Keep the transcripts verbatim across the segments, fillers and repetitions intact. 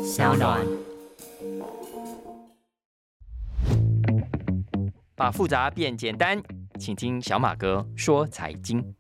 小暖， 把复杂变简单，请听小马哥说财经。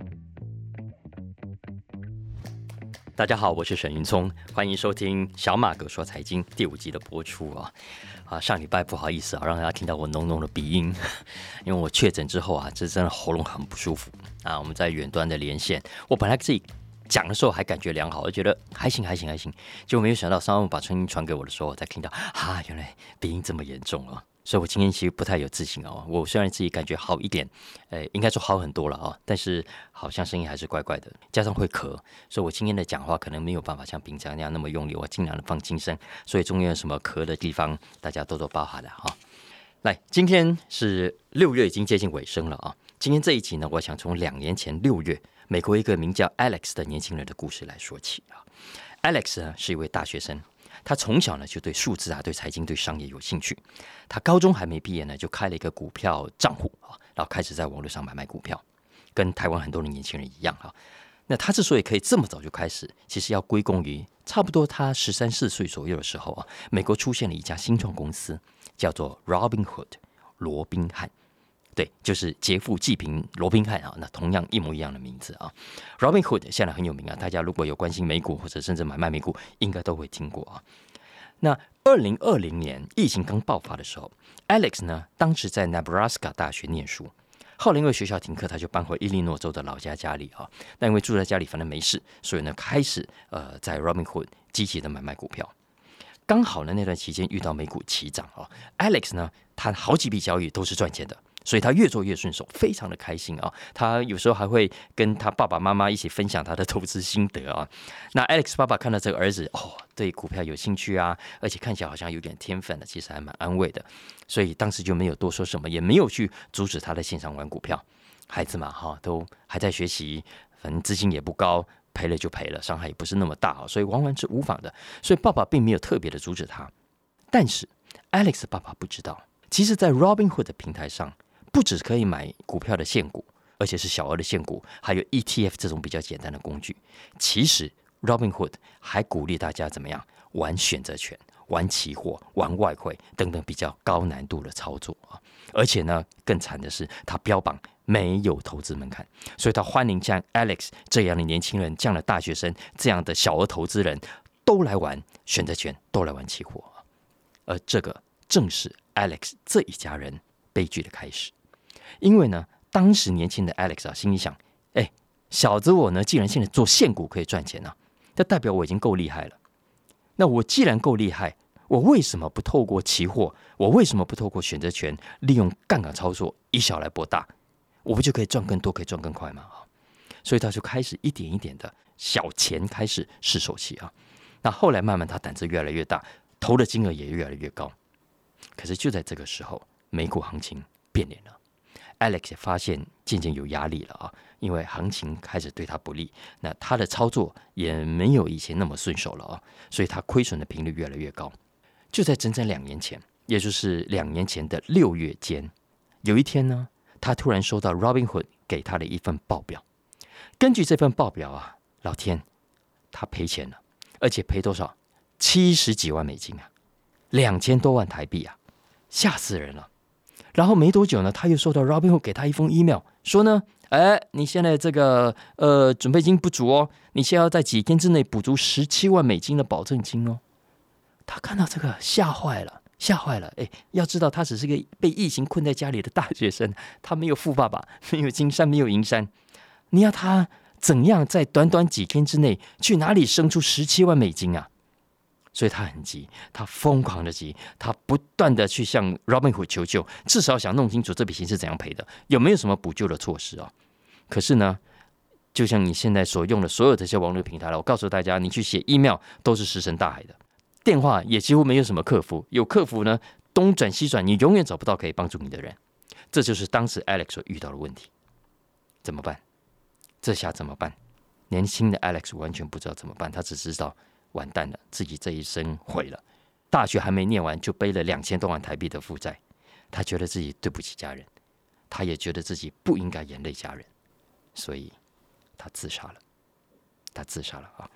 大家好，我是沈云聪，欢迎收听小马哥说财经第五集的播出啊。啊，上礼拜不好意思啊，让大家听到我浓浓的鼻音，因为我确诊之后啊，这真的喉咙很不舒服啊。我们在远端的连线，我本来自己讲的时候还感觉良好，我觉得还行还行还行，结果没有想到上午把声音传给我的时候，我才听到啊，原来鼻音这么严重啊。所以我今天其实不太有自信哦。我虽然自己感觉好一点，呃，应该说好很多了啊，但是好像声音还是怪怪的，加上会咳，所以我今天的讲话可能没有办法像平常那样那么用力，我尽量的放轻声，所以中间有什么咳的地方，大家多多包涵了哈。来，今天是六月已经接近尾声了啊。今天这一集呢，我想从两年前六月，美国一个名叫 Alex 的年轻人的故事来说起啊。Alex 呢是一位大学生。他从小呢就对数字啊、对财经、对商业有兴趣。他高中还没毕业呢，就开了一个股票账户啊，然后开始在网络上买卖股票，跟台湾很多的年轻人一样啊。那他之所以可以这么早就开始，其实要归功于差不多他十三四岁左右的时候啊，美国出现了一家新创公司，叫做 Robinhood 罗宾汉。对，就是劫富济贫罗宾汉啊，那同样一模一样的名字啊。Robinhood 现在很有名啊，大家如果有关心美股或者甚至买卖美股，应该都会听过啊。那二零二零年疫情刚爆发的时候 ，Alex 呢当时在 Nebraska 大学念书，后来因为学校停课，他就搬回伊利诺州的老家家里啊。那因为住在家里反正没事，所以呢开始呃在 Robinhood 积极的买卖股票。刚好呢那段期间遇到美股齐涨啊 ，Alex 呢他好几笔交易都是赚钱的。所以他越做越顺手，非常的开心啊！他有时候还会跟他爸爸妈妈一起分享他的投资心得啊。那 Alex 爸爸看到这个儿子哦，对股票有兴趣啊，而且看起来好像有点天分的，其实还蛮安慰的。所以当时就没有多说什么，也没有去阻止他在线上玩股票。孩子嘛，哈，都还在学习，反正资金也不高，赔了就赔了，伤害也不是那么大，所以玩玩是无妨的。所以爸爸并没有特别的阻止他。但是 Alex 爸爸不知道，其实，在 Robinhood 的平台上，不只可以买股票的现股，而且是小额的现股，还有 E T F 这种比较简单的工具。其实 Robinhood 还鼓励大家怎么样玩选择权、玩期货、玩外汇等等比较高难度的操作啊！而且呢，更惨的是，他标榜没有投资门槛，所以他欢迎像 Alex 这样的年轻人、这样的大学生、这样的小额投资人都来玩选择权，都来玩期货。而这个正是 Alex 这一家人悲剧的开始。因为呢，当时年轻的 Alex 啊，心里想：哎，小子我呢，既然现在做现股可以赚钱啊，这代表我已经够厉害了。那我既然够厉害，我为什么不透过期货？我为什么不透过选择权，利用杠杆操作，以小来博大？我不就可以赚更多，可以赚更快吗？所以他就开始一点一点的小钱开始试手气啊。那后来慢慢他胆子越来越大，投的金额也越来越高。可是就在这个时候，美股行情变脸了。Alex 也发现渐渐有压力了啊，因为行情开始对他不利，那他的操作也没有以前那么顺手了啊，所以他亏损的频率越来越高。就在整整两年前，也就是两年前的六月间，有一天呢，他突然收到 Robinhood 给他的一份报表。根据这份报表啊，老天，他赔钱了，而且赔多少？七十几万美金啊，两千多万台币啊，吓死人了。然后没多久呢，他又收到 Robinhood 给他一封 email， 说呢，哎，你现在这个呃准备金不足哦，你现在要在几天之内补足十七万美金的保证金哦。他看到这个吓坏了，吓坏了！哎，要知道他只是个被疫情困在家里的大学生，他没有富爸爸，没有金山，没有银山，你要他怎样在短短几天之内去哪里生出十七万美金啊？所以他很急，他疯狂的急，他不断的去向 Robinhood 求救，至少想弄清楚这笔钱是怎样赔的，有没有什么补救的措施啊？可是呢，就像你现在所用的所有这些网络平台了，我告诉大家，你去写 email 都是石沉大海的，电话也几乎没有什么客服，有客服呢东转西转，你永远找不到可以帮助你的人。这就是当时 Alex 所遇到的问题。怎么办？这下怎么办？年轻的 Alex 完全不知道怎么办，他只知道完蛋了，自己这一生毁了。大学还没念完就背了两千多万台币的负债，他觉得自己对不起家人，他也觉得自己不应该连累家人，所以他自杀了。他自杀了啊！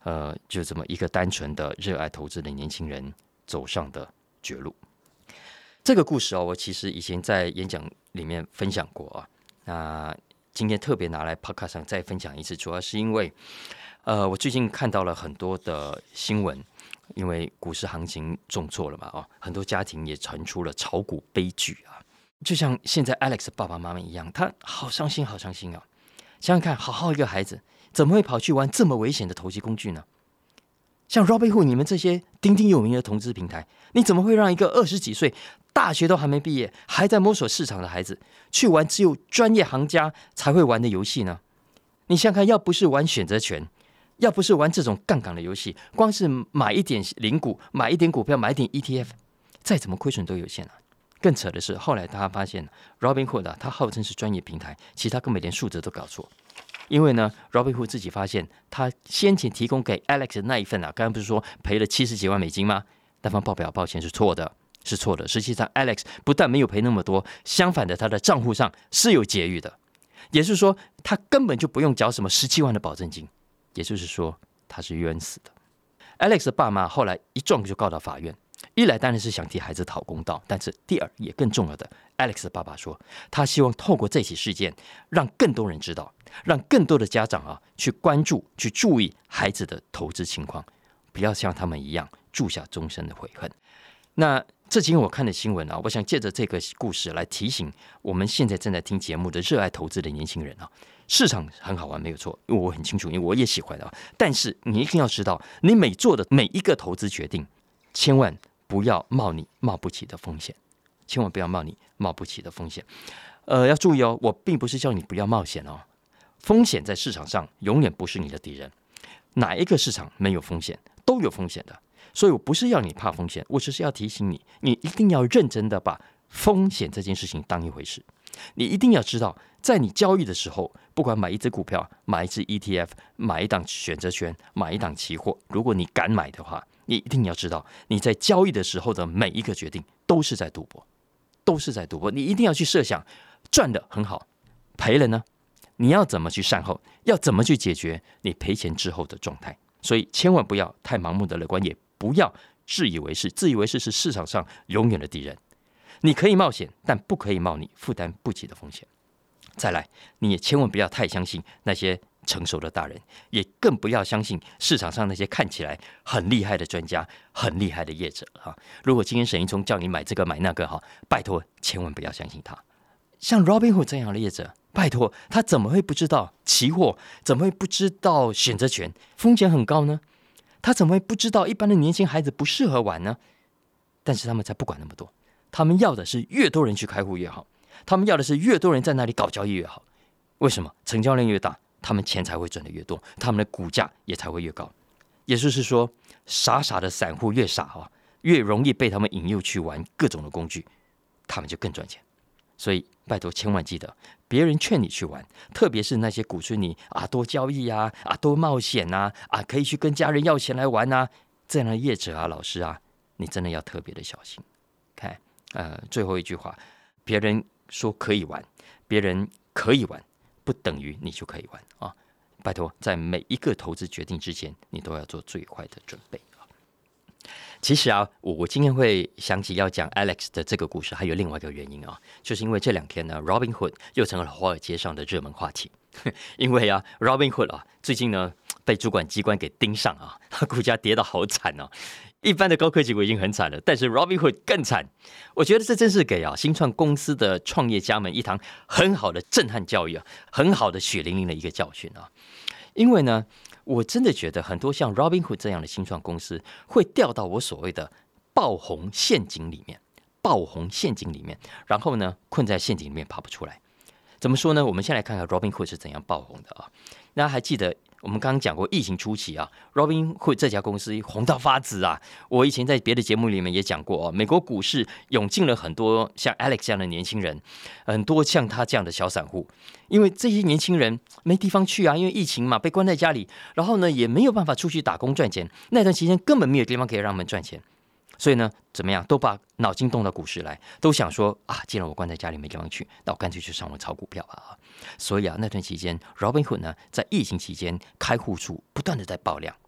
呃，就这么一个单纯的热爱投资的年轻人走上的绝路。这个故事哦，我其实以前在演讲里面分享过啊。那今天特别拿来 Podcast 上再分享一次，主要是因为，呃，我最近看到了很多的新闻，因为股市行情重挫了嘛，哦，很多家庭也传出了炒股悲剧啊。就像现在 Alex 爸爸妈妈一样，他好伤心，好伤心啊！想想看，好好一个孩子，怎么会跑去玩这么危险的投机工具呢？像 Robinhood 你们这些鼎鼎有名的投资平台，你怎么会让一个二十几岁、大学都还没毕业、还在摸索市场的孩子去玩只有专业行家才会玩的游戏呢？你想想看，要不是玩选择权，要不是玩这种杠杆的游戏，光是买一点零股、买一点股票、买一点 E T F， 再怎么亏损都有限啊。更扯的是，后来他发现 Robinhood 啊，他号称是专业平台，其实他根本连数字都搞错。因为呢 ，Robinhood 自己发现，他先前提供给 Alex 的那一份啊，刚刚不是说赔了七十几万美金吗？那份报表抱歉是错的，是错的。实际上 ，Alex 不但没有赔那么多，相反的，他的账户上是有结余的。也就是说，他根本就不用缴什么十七万的保证金。也就是说，他是冤死的。Alex 的爸妈后来一状就告到法院。一来当然是想替孩子讨公道，但是第二也更重要的 ，Alex 的爸爸说，他希望透过这起事件，让更多人知道，让更多的家长啊去关注、去注意孩子的投资情况，不要像他们一样铸下终身的悔恨。那这几天我看的新闻啊，我想借着这个故事来提醒我们现在正在听节目的热爱投资的年轻人啊，市场很好玩没有错，因为我很清楚，因为我也喜欢啊。但是你一定要知道，你每做的每一个投资决定，千万不要冒你冒不起的风险，千万不要冒你冒不起的风险。呃，要注意哦，我并不是叫你不要冒险哦。风险在市场上永远不是你的敌人，哪一个市场没有风险？都有风险的。所以我不是要你怕风险，我只是要提醒你，你一定要认真的把风险这件事情当一回事。你一定要知道，在你交易的时候，不管买一只股票、买一只 E T F、买一档选择权、买一档期货，如果你敢买的话，你一定要知道，你在交易的时候的每一个决定都是在赌博，都是在赌博。你一定要去设想，赚的很好，赔了呢？你要怎么去善后？要怎么去解决你赔钱之后的状态？所以千万不要太盲目的乐观，也不要自以为是。自以为是是市场上永远的敌人。你可以冒险，但不可以冒你负担不起的风险。再来，你也千万不要太相信那些成熟的大人，也更不要相信市场上那些看起来很厉害的专家、很厉害的业者啊！如果今天沈一聪叫你买这个买那个哈，拜托千万不要相信他。像 Robinhood 这样的业者，拜托他怎么会不知道期货？怎么会不知道选择权风险很高呢？他怎么会不知道一般的年轻孩子不适合玩呢？但是他们才不管那么多，他们要的是越多人去开户越好，他们要的是越多人在那里搞交易越好。为什么？成交量越大，他们钱才会赚得越多，他们的股价也才会越高。也就是说，傻傻的散户越傻啊，越容易被他们引诱去玩各种的工具，他们就更赚钱。所以拜托千万记得，别人劝你去玩，特别是那些鼓吹你啊多交易啊啊多冒险啊啊可以去跟家人要钱来玩啊这样的业者啊老师啊，你真的要特别的小心。看，呃，最后一句话，别人说可以玩，别人可以玩，不等于你就可以玩啊！拜托，在每一个投资决定之前，你都要做最坏的准备。其实啊，我我今天会想起要讲 Alex 的这个故事，还有另外一个原因啊，就是因为这两天呢 ，Robinhood 又成了华尔街上的热门话题。因为啊 ，Robinhood 啊，最近呢被主管机关给盯上啊，它股价跌得好惨哦。一般的高科技股已经很惨了，但是 Robinhood 更惨。我觉得这真是给啊新创公司的创业家们一堂很好的震撼教育啊，很好的血淋淋的一个教训啊。因为呢，我真的觉得很多像 Robinhood 这样的新创公司会掉到我所谓的爆红陷阱里面，爆红陷阱里面，然后呢困在陷阱里面爬不出来。怎么说呢？我们先来看看 Robinhood 是怎样爆红的啊。大家还记得我们刚刚讲过疫情初期啊 ，Robinhood 这家公司红到发紫啊。我以前在别的节目里面也讲过哦，美国股市涌进了很多像 Alex 这样的年轻人，很多像他这样的小散户，因为这些年轻人没地方去啊，因为疫情嘛，被关在家里，然后呢也没有办法出去打工赚钱，那段期间根本没有地方可以让他们赚钱。所以呢，怎么样都把脑筋动到股市来，都想说啊，既然我关在家里没地方去，那我干脆去上网炒股票吧。所以啊，那段期间 ，Robinhood 呢，在疫情期间开户数不断的在爆量，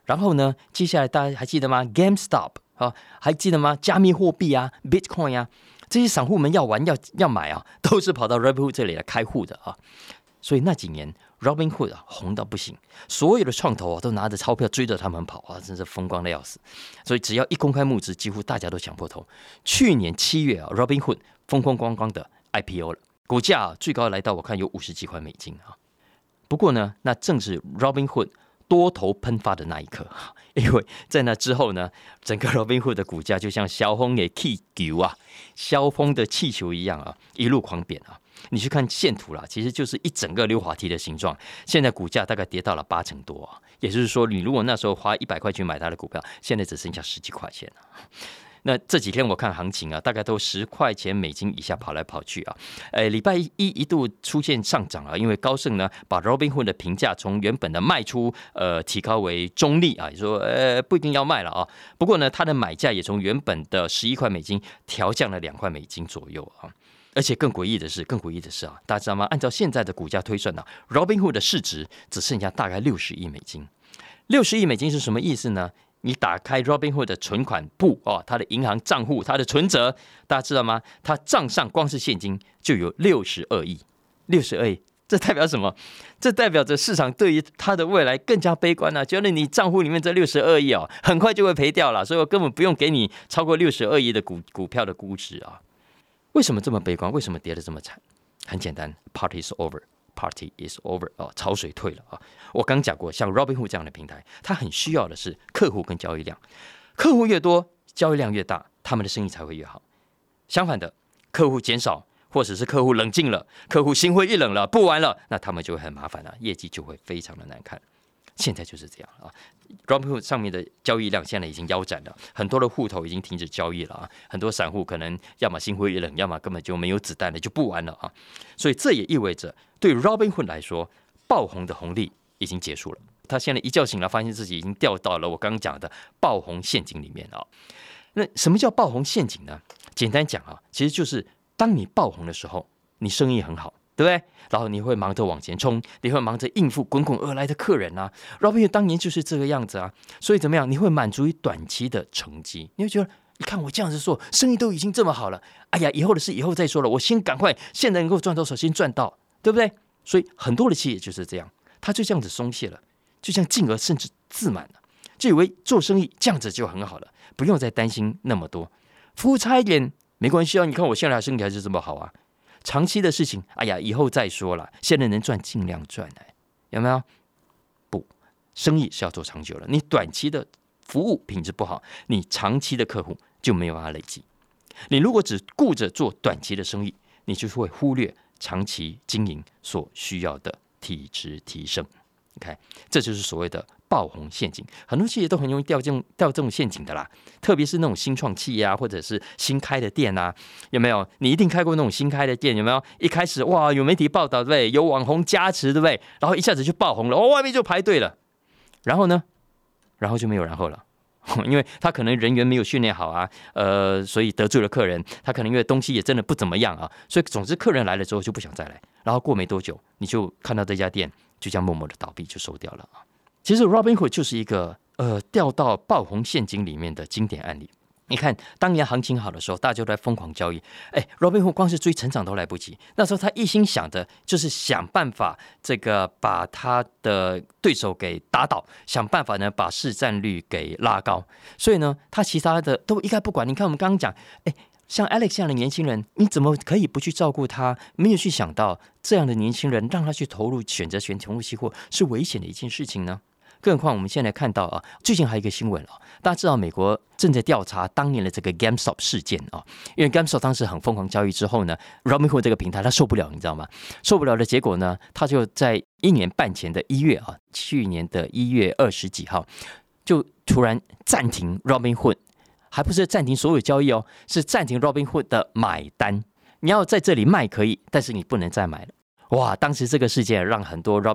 然后呢，接下来大家还记得吗 ？GameStop 啊，还记得吗？加密货币啊 ，Bitcoin 啊，这些散户们要玩要要买啊，都是跑到 Robinhood 这里来开户的啊。所以那几年 Robinhood 啊红到不行，所有的创投啊都拿着钞票追着他们跑啊，真是风光的要死。所以只要一公开募资，几乎大家都抢破头。去年七月啊 ，Robinhood 风风光光的 I P O 了，股价、啊、最高来到我看有五十几块美金啊。不过呢，那正是 Robinhood 多头喷发的那一刻，因为在那之后呢，整个 Robinhood 的股价就像萧峰的气球啊，萧峰的气球一样啊，一路狂贬啊。你去看线图啦，其实就是一整个溜滑梯的形状。现在股价大概跌到了八成多啊，也就是说，你如果那时候花一百块去买它的股票，现在只剩下十几块钱了。那这几天我看行情啊，大概都十块钱美金以下跑来跑去啊。呃，礼拜一一度出现上涨啊，因为高盛呢把 Robinhood 的评价从原本的卖出呃提高为中立啊，也说呃不一定要卖了啊。不过呢，它的买价也从原本的十一块美金调降了两块美金左右啊。而且更诡异的是，更诡异的是啊，大家知道吗？按照现在的股价推算呢、啊、，Robinhood 的市值只剩下大概六十亿美金。六十亿美金是什么意思呢？你打开 Robinhood 的存款簿哦，它的银行账户，它的存折，大家知道吗？它账上光是现金就有六十二亿，六十二亿，这代表什么？这代表着市场对于它的未来更加悲观啊，觉得你账户里面这六十二亿哦，很快就会赔掉了，所以我根本不用给你超过六十二亿的股股票的估值啊。为什么这么悲观？为什么跌得这么惨？很简单 ，Party is over。Party is over 哦，潮水退了啊！我刚讲过，像 Robinhood 这样的平台，它很需要的是客户跟交易量，客户越多，交易量越大，他们的生意才会越好。相反的，客户减少，或者是客户冷静了，客户心灰意冷了，不玩了，那他们就会很麻烦了，业绩就会非常的难看。现在就是这样啊 ，Robinhood 上面的交易量现在已经腰斩了，很多的户头已经停止交易了啊，很多散户可能要么心灰意冷，要么根本就没有子弹了，就不玩了啊。所以这也意味着，对 Robinhood 来说，爆红的红利已经结束了。他现在一觉醒来，发现自己已经掉到了我刚刚讲的爆红陷阱里面啊。那什么叫爆红陷阱呢？简单讲啊，其实就是当你爆红的时候，你生意很好。对不对？然后你会忙着往前冲，你会忙着应付滚滚而来的客人啊。Robinhood 当年就是这个样子啊，所以怎么样？你会满足于短期的成绩，你会觉得，你看我这样子做，生意都已经这么好了，哎呀，以后的事以后再说了，我先赶快，现在能够赚多少先赚到，对不对？所以很多的企业就是这样，他就这样子松懈了，就像进而甚至自满了，就以为做生意这样子就很好了，不用再担心那么多，服务差一点没关系啊，你看我现在生意还是这么好啊。长期的事情，哎呀，以后再说了。现在能赚，尽量赚，有没有？不，生意是要做长久了。你短期的服务品质不好，你长期的客户就没有办法累积。你如果只顾着做短期的生意，你就会忽略长期经营所需要的体质提升。OK， 这就是所谓的爆红陷阱。很多企业都很容易掉这种掉这种陷阱的啦，特别是那种新创企业啊，或者是新开的店啊，有没有？你一定开过那种新开的店，有没有？一开始哇，有媒体报道，对不对？有网红加持，对不对？然后一下子就爆红了，哦，外面就排队了。然后呢？然后就没有然后了。因为他可能人员没有训练好啊，呃，所以得罪了客人。他可能因为东西也真的不怎么样啊，所以总之客人来了之后就不想再来。然后过没多久，你就看到这家店就这样默默的倒闭，就收掉了啊。其实 Robinhood 就是一个呃掉到爆红陷阱里面的经典案例。你看，当年行情好的时候，大家都在疯狂交易。哎 ，Robinhood 光是追成长都来不及。那时候他一心想的就是想办法，这个把他的对手给打倒，想办法呢把市占率给拉高。所以呢，他其他的都一概不管。你看，我们刚刚讲，哎，像 Alex 这样的年轻人，你怎么可以不去照顾他？没有去想到这样的年轻人，让他去投入选择权投入期货是危险的一件事情呢？更何况我们现在看到啊，最近还有一个新闻啊，大家知道美国正在调查当年的这个 GameStop 事件啊，因为 GameStop 当时很疯狂交易之后呢 ，Robinhood 这个平台他受不了，你知道吗？受不了的结果呢，他就在一年半前的一月啊，去年的一月二十几号，就突然暂停 Robinhood， 还不是暂停所有交易哦，是暂停 Robinhood 的买单。你要在这里卖可以，但是你不能再买了。哇！当时这个事件让很多 Robinhood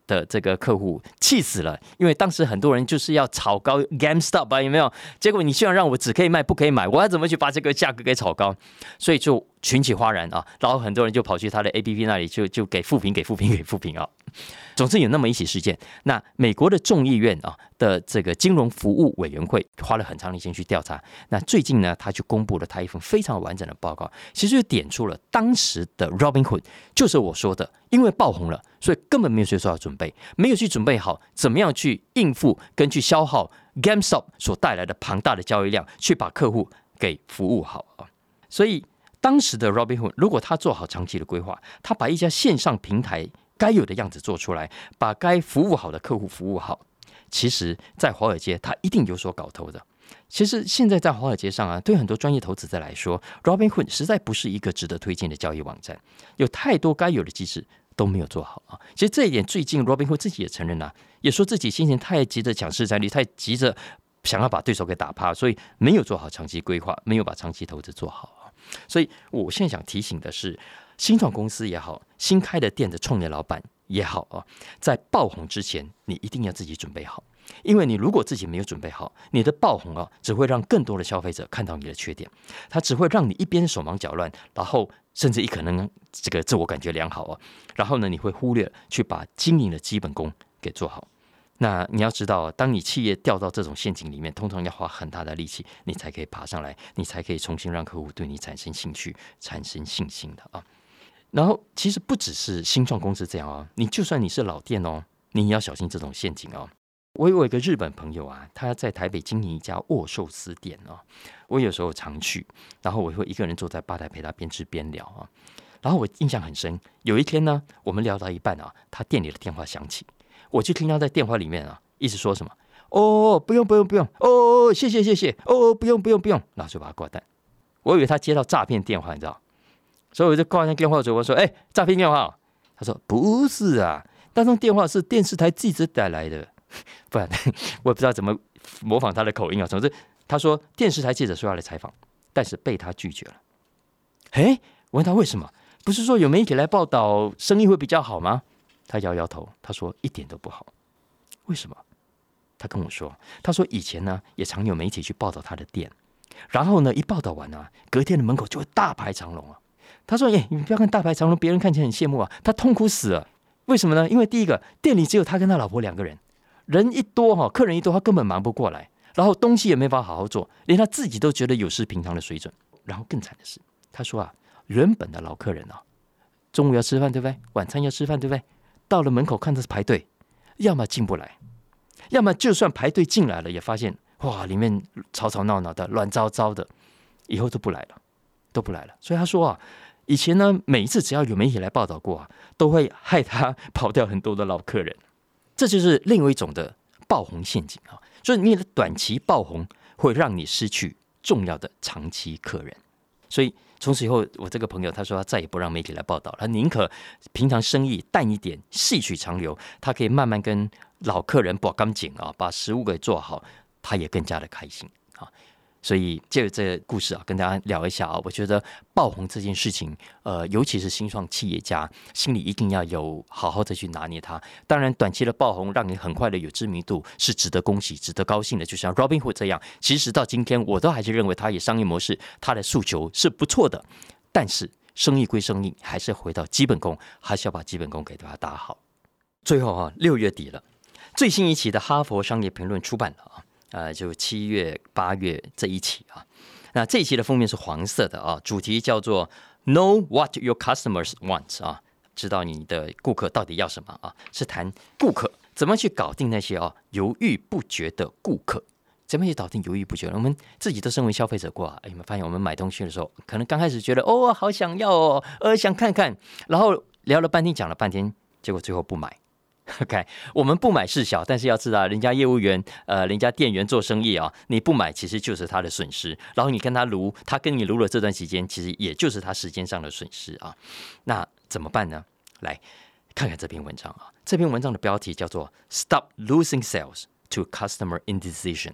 的这个客户气死了，因为当时很多人就是要炒高 GameStop 啊，有没有？结果你居然让我只可以卖不可以买，我要怎么去把这个价格给炒高？所以就群起哗然啊，然后很多人就跑去他的 A P P 那里就就给负评给负评给负评啊。总之有那么一起事件，那美国的众议院啊的这个金融服务委员会花了很长的时间去调查。那最近呢，他就公布了他一份非常完整的报告，其实就点出了当时的 Robinhood 就是我说的，因为爆红了，所以根本没有去做好准备，没有去准备好怎么样去应付跟去消耗 GameStop 所带来的庞大的交易量，去把客户给服务好啊。所以当时的 Robinhood 如果他做好长期的规划，他把一家线上平台该有的样子做出来，把该服务好的客户服务好，其实在华尔街他一定有所搞头的。其实现在在华尔街上啊，对很多专业投资者来说 Robinhood 实在不是一个值得推荐的交易网站，有太多该有的机制都没有做好啊。其实这一点最近 Robinhood 自己也承认了、啊，也说自己先前太急着抢市占率，太急着想要把对手给打趴，所以没有做好长期规划，没有把长期投资做好啊。所以我现在想提醒的是，新创公司也好，新开的店的创业老板也好啊，在爆红之前，你一定要自己准备好，因为你如果自己没有准备好，你的爆红啊，只会让更多的消费者看到你的缺点，它只会让你一边手忙脚乱，然后甚至一可能这个自我感觉良好啊，然后呢，你会忽略去把经营的基本功给做好。那你要知道，当你企业掉到这种陷阱里面，通常要花很大的力气，你才可以爬上来，你才可以重新让客户对你产生兴趣、产生信心的啊。然后，其实不只是新创公司这样啊，你就算你是老店哦，你也要小心这种陷阱哦。我有一个日本朋友啊，他在台北经营一家握寿司店哦，我有时候常去，然后我会一个人坐在吧台陪他边吃边聊啊。然后我印象很深，有一天呢，我们聊到一半啊，他店里的电话响起。我就听他在电话里面啊，一直说什么哦，不用不用不用，哦，谢谢谢谢，哦，不用不用不用，然后就把他挂断。我以为他接到诈骗电话，你知道，所以我就挂上电话之后，我说：“哎、欸，诈骗电话。”他说：“不是啊，那通电话是电视台记者打来的，不然我也不知道怎么模仿他的口音啊。总之，他说电视台记者说要来采访，但是被他拒绝了。哎、欸，我问他为什么？不是说有媒体来报道，生意会比较好吗？”他摇摇头，他说一点都不好。为什么？他跟我说，他说以前呢也常有媒体去报道他的店，然后呢一报道完啊，隔天的门口就会大排长龙啊。他说：“哎，你不要看大排长龙，别人看起来很羡慕啊，他痛苦死了。为什么呢？因为第一个，店里只有他跟他老婆两个人，人一多哈，客人一多，他根本忙不过来，然后东西也没法好好做，连他自己都觉得有失平常的水准。然后更惨的是，他说啊，原本的老客人啊，中午要吃饭对不对？晚餐要吃饭对不对？到了门口看他是排队，要么进不来，要么就算排队进来了，也发现哇，里面吵吵闹闹的，乱糟糟的，以后都不来了，都不来了。所以他说啊，以前呢，每一次只要有媒体来报道过啊，都会害他跑掉很多的老客人。这就是另外一种的爆红陷阱啊，所以你的短期爆红会让你失去重要的长期客人。所以从此以后，我这个朋友他说他再也不让媒体来报道了，他宁可平常生意淡一点，细水长流，他可以慢慢跟老客人把干净啊，把食物给做好，他也更加的开心啊。所以借着这个故事啊，跟大家聊一下啊，我觉得爆红这件事情，呃，尤其是新创企业家，心里一定要有好好的去拿捏它。当然，短期的爆红让你很快的有知名度，是值得恭喜、值得高兴的。就像 Robinhood 这样，其实到今天我都还是认为它也商业模式，它的诉求是不错的。但是生意归生意，还是回到基本功，还是要把基本功给它打好。最后啊，六月底了，最新一期的《哈佛商业评论》出版了啊。呃，就七月、八月这一期啊，那这一期的封面是黄色的啊，主题叫做 "Know what your customers want" 啊，知道你的顾客到底要什么啊？是谈顾客怎么去搞定那些啊犹豫不决的顾客，怎么去搞定犹豫不决？我们自己都身为消费者过啊，有没有发现我们买东西的时候，可能刚开始觉得哦好想要哦，呃想看看，然后聊了半天，讲了半天，结果最后不买。OK， 我们不买事小，但是要知道，人家业务员、呃，人家店员做生意啊，你不买其实就是他的损失。然后你跟他撸，他跟你撸了这段期间，其实也就是他时间上的损失啊。那怎么办呢？来看看这篇文章啊。这篇文章的标题叫做 "Stop Losing Sales to Customer Indecision"。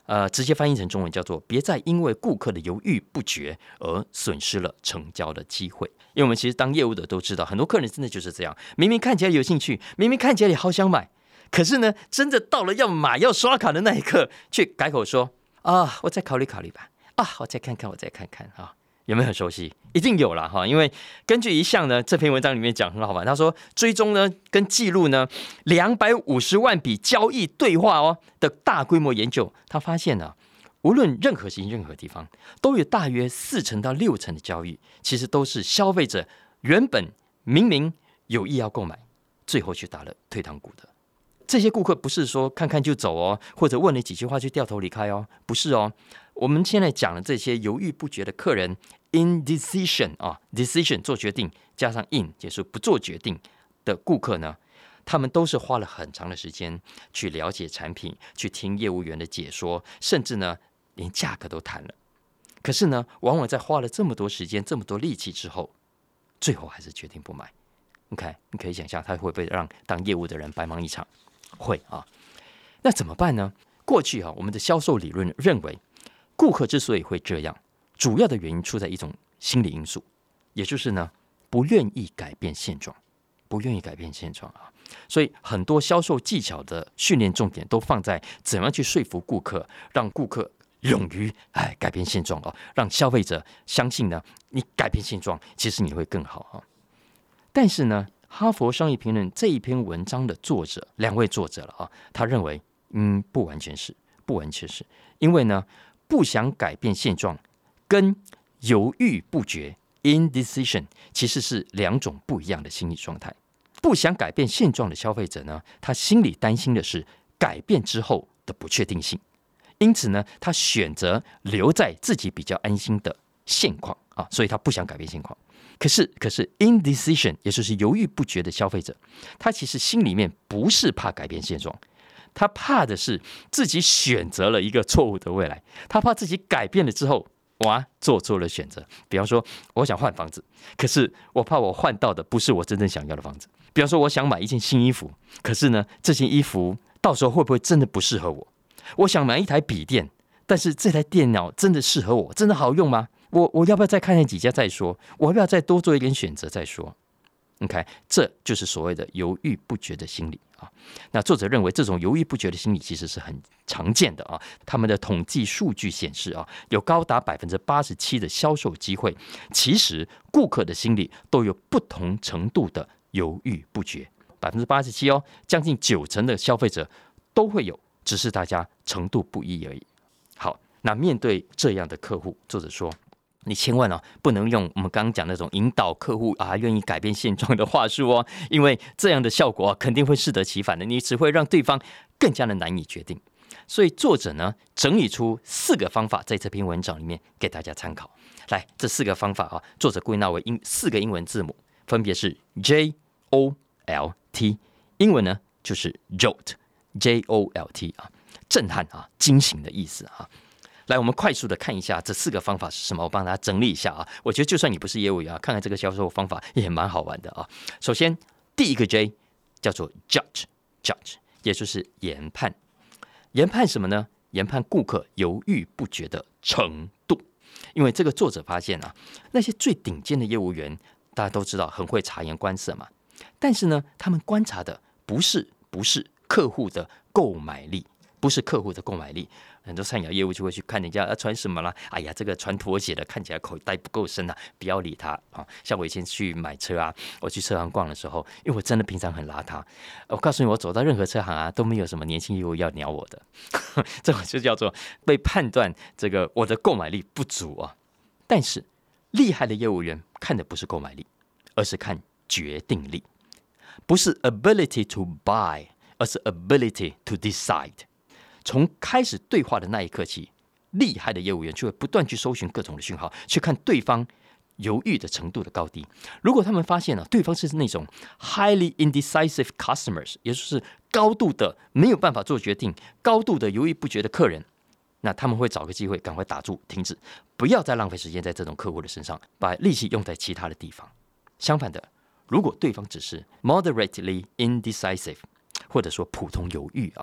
呃，直接翻译成中文叫做别再因为顾客的犹豫不决而损失了成交的机会。因为我们其实当业务的都知道，很多客人真的就是这样，明明看起来有兴趣，明明看起来也好想买，可是呢，真的到了要买要刷卡的那一刻，却改口说啊，我再考虑考虑吧，啊，我再看看，我再看看啊。有没有很熟悉？一定有啦哈，因为根据一项呢，这篇文章里面讲很好玩，他说追踪呢跟记录呢两百五十万笔交易对话哦的大规模研究，他发现呢，无论任何行任何地方，都有大约四成到六成的交易，其实都是消费者原本明明有意要购买，最后却打了退堂鼓的。这些顾客不是说看看就走哦，或者问了几句话就掉头离开哦，不是哦。我们现在讲的这些犹豫不决的客人 ，indecision 啊 ，decision 做决定加上 in 也是不做决定的顾客呢，他们都是花了很长的时间去了解产品，去听业务员的解说，甚至呢连价格都谈了。可是呢，往往在花了这么多时间、这么多力气之后，最后还是决定不买。OK， 你可以想象他会不会让当业务的人白忙一场？会啊。那怎么办呢？过去啊，我们的销售理论认为，顾客之所以会这样，主要的原因出在一种心理因素，也就是呢，不愿意改变现状，不愿意改变现状啊。所以很多销售技巧的训练重点都放在怎样去说服顾客，让顾客勇于哎改变现状哦，让消费者相信呢，你改变现状，其实你会更好啊。但是呢，哈佛商业评论这一篇文章的作者，两位作者了啊，他认为，嗯，不完全是，不完全是，因为呢，不想改变现状跟犹豫不决 （indecision） 其实是两种不一样的心理状态。不想改变现状的消费者呢，他心里担心的是改变之后的不确定性，因此呢，他选择留在自己比较安心的现况啊，所以他不想改变现况。可是，可是 indecision 也就是犹豫不决的消费者，他其实心里面不是怕改变现状，他怕的是自己选择了一个错误的未来，他怕自己改变了之后，哇，做错了选择。比方说，我想换房子，可是我怕我换到的不是我真正想要的房子。比方说，我想买一件新衣服，可是呢，这件衣服到时候会不会真的不适合我？我想买一台笔电，但是这台电脑真的适合我，真的好用吗？我我要不要再看看几家再说？我要不要再多做一点选择再说？你看，这就是所谓的犹豫不决的心理啊。那作者认为，这种犹豫不决的心理其实是很常见的啊。他们的统计数据显示啊，有高达百分之八十七的销售机会，其实顾客的心理都有不同程度的犹豫不决。百分之八十七哦，将近九成的消费者都会有，只是大家程度不一而已。好，那面对这样的客户，作者说，你千万啊不能用我们刚刚讲那种引导客户啊愿意改变现状的话术哦，因为这样的效果啊肯定会适得其反的，你只会让对方更加的难以决定。所以作者呢整理出四个方法，在这篇文章里面给大家参考。来，这四个方法啊，作者归纳为英四个英文字母，分别是 J O L T， 英文呢就是 Jolt J O L T 啊，震撼啊，惊醒的意思啊。来，我们快速的看一下这四个方法是什么，我帮大家整理一下啊。我觉得就算你不是业务员啊，看看这个销售方法也蛮好玩的啊。首先，第一个 J 叫做 Judge Judge， 也就是研判。研判什么呢？研判顾客犹豫不决的程度。因为这个作者发现啊，那些最顶尖的业务员，大家都知道很会察言观色嘛，但是呢，他们观察的不是不是客户的购买力，不是客户的购买力。很多菜鸟业务就会去看人家、啊、穿什么啦，哎呀，这个穿拖鞋的看起来口袋不够深啊，不要理他啊。像我以前去买车啊，我去车行逛的时候，因为我真的平常很邋遢，我告诉你，我走到任何车行啊，都没有什么年轻业务要鸟我的，这种就叫做被判断这个我的购买力不足啊。但是厉害的业务员看的不是购买力，而是看决定力，不是 ability to buy， 而是 ability to decide。从开始对话的那一刻起，厉害的业务员就会不断去搜寻各种的讯号，去看对方犹豫的程度的高低。如果他们发现了、啊、对方是那种 highly indecisive customers， 也就是高度的没有办法做决定、高度的犹豫不决的客人，那他们会找个机会赶快打住停止，不要再浪费时间在这种客户的身上，把力气用在其他的地方。相反的，如果对方只是 moderately indecisive， 或者说普通犹豫啊，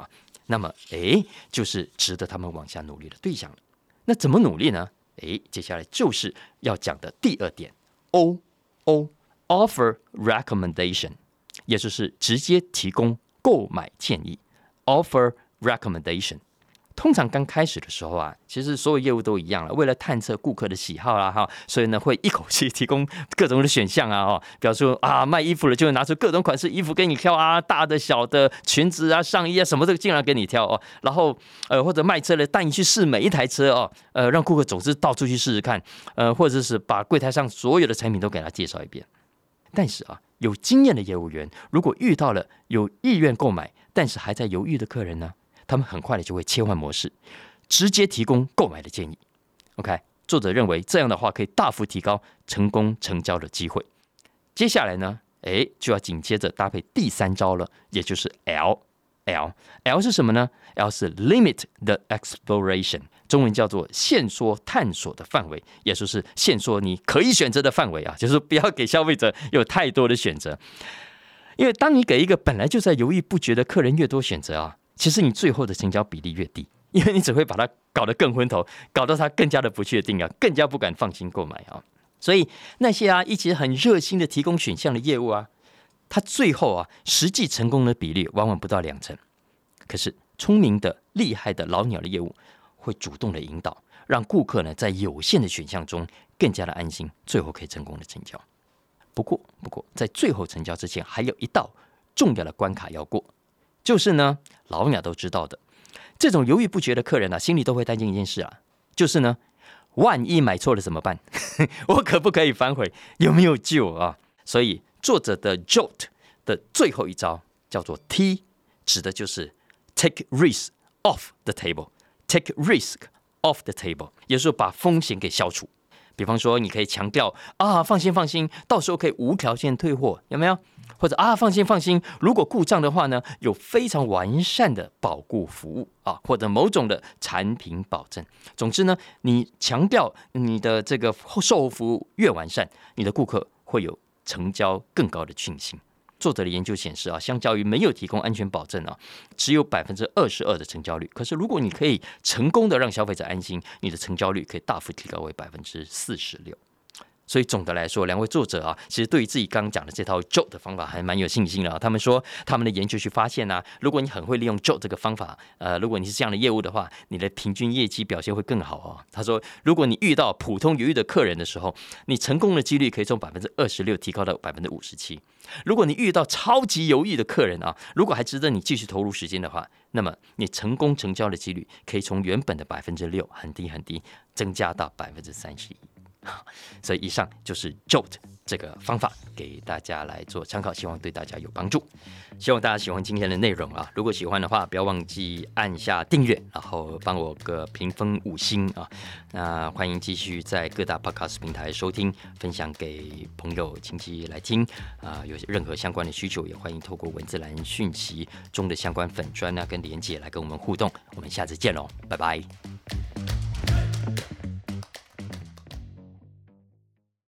那么诶，就是值得他们往下努力的对象了。那怎么努力呢？诶，接下来就是要讲的第二点 O O Offer Recommendation， 也就是直接提供购买建议 Offer Recommendation。通常刚开始的时候啊，其实所有业务都一样了。为了探测顾客的喜好啦，哈，所以呢会一口气提供各种的选项啊，哦，比方说啊卖衣服了，就会拿出各种款式衣服给你挑啊，大的、小的、裙子啊、上衣啊，什么都尽量给你挑哦。然后呃或者卖车了，带你去试每一台车哦，呃让顾客总之到处去试试看，呃或者是把柜台上所有的产品都给他介绍一遍。但是啊，有经验的业务员如果遇到了有意愿购买但是还在犹豫的客人呢？他们很快的就会切换模式，直接提供购买的建议。OK， 作者认为这样的话可以大幅提高成功成交的机会。接下来呢，诶，就要紧接着搭配第三招了，也就是 L L L 是什么呢 ？L 是 Limit the Exploration， 中文叫做限缩探索的范围，也就是限缩你可以选择的范围啊，就是不要给消费者有太多的选择。因为当你给一个本来就在犹豫不决的客人越多选择啊，其实你最后的成交比例越低，因为你只会把它搞得更昏头，搞得他更加的不确定啊，更加不敢放心购买啊。所以那些啊一直很热心的提供选项的业务啊，他最后啊实际成功的比例往往不到两成。可是聪明的、厉害的老鸟的业务会主动的引导，让顾客呢在有限的选项中更加的安心，最后可以成功的成交。不过，不过在最后成交之前，还有一道重要的关卡要过。就是呢，老鸟都知道的，这种犹豫不决的客人啊，心里都会担心一件事啊，就是呢，万一买错了怎么办？我可不可以反悔？有没有救啊？所以作者的 Jolt 的最后一招叫做 T， 指的就是 Take risk off the table，Take risk off the table， 也就是把风险给消除。比方说，你可以强调啊，放心放心，到时候可以无条件退货，有没有？或者啊，放心放心，如果故障的话呢，有非常完善的保固服务啊，或者某种的产品保证。总之呢，你强调你的这个售后服务越完善，你的顾客会有成交更高的信心。作者的研究显示啊，相较于没有提供安全保证啊，只有百分之二十二的成交率。可是如果你可以成功的让消费者安心，你的成交率可以大幅提高为百分之四十六。所以总的来说，两位作者啊，其实对于自己刚刚讲的这套 Jolt 的方法还蛮有信心的啊。他们说，他们的研究去发现啊，如果你很会利用 Jolt 这个方法，呃，如果你是这样的业务的话，你的平均业绩表现会更好啊。他说，如果你遇到普通犹豫的客人的时候，你成功的几率可以从百分之二十六提高到百分之五十七。如果你遇到超级犹豫的客人啊，如果还值得你继续投入时间的话，那么你成功成交的几率可以从原本的百分之六很低很低，增加到百分之三十一。所以以上就是 Jolt 这个方法，给大家来做参考，希望对大家有帮助。希望大家喜欢今天的内容啊！如果喜欢的话，不要忘记按下订阅，然后帮我个评分五星啊！那欢迎继续在各大 Podcast 平台收听，分享给朋友亲戚来听啊！有任何相关的需求，也欢迎透过文字栏讯息中的相关粉专啊跟连结来跟我们互动。我们下次见喽，拜拜。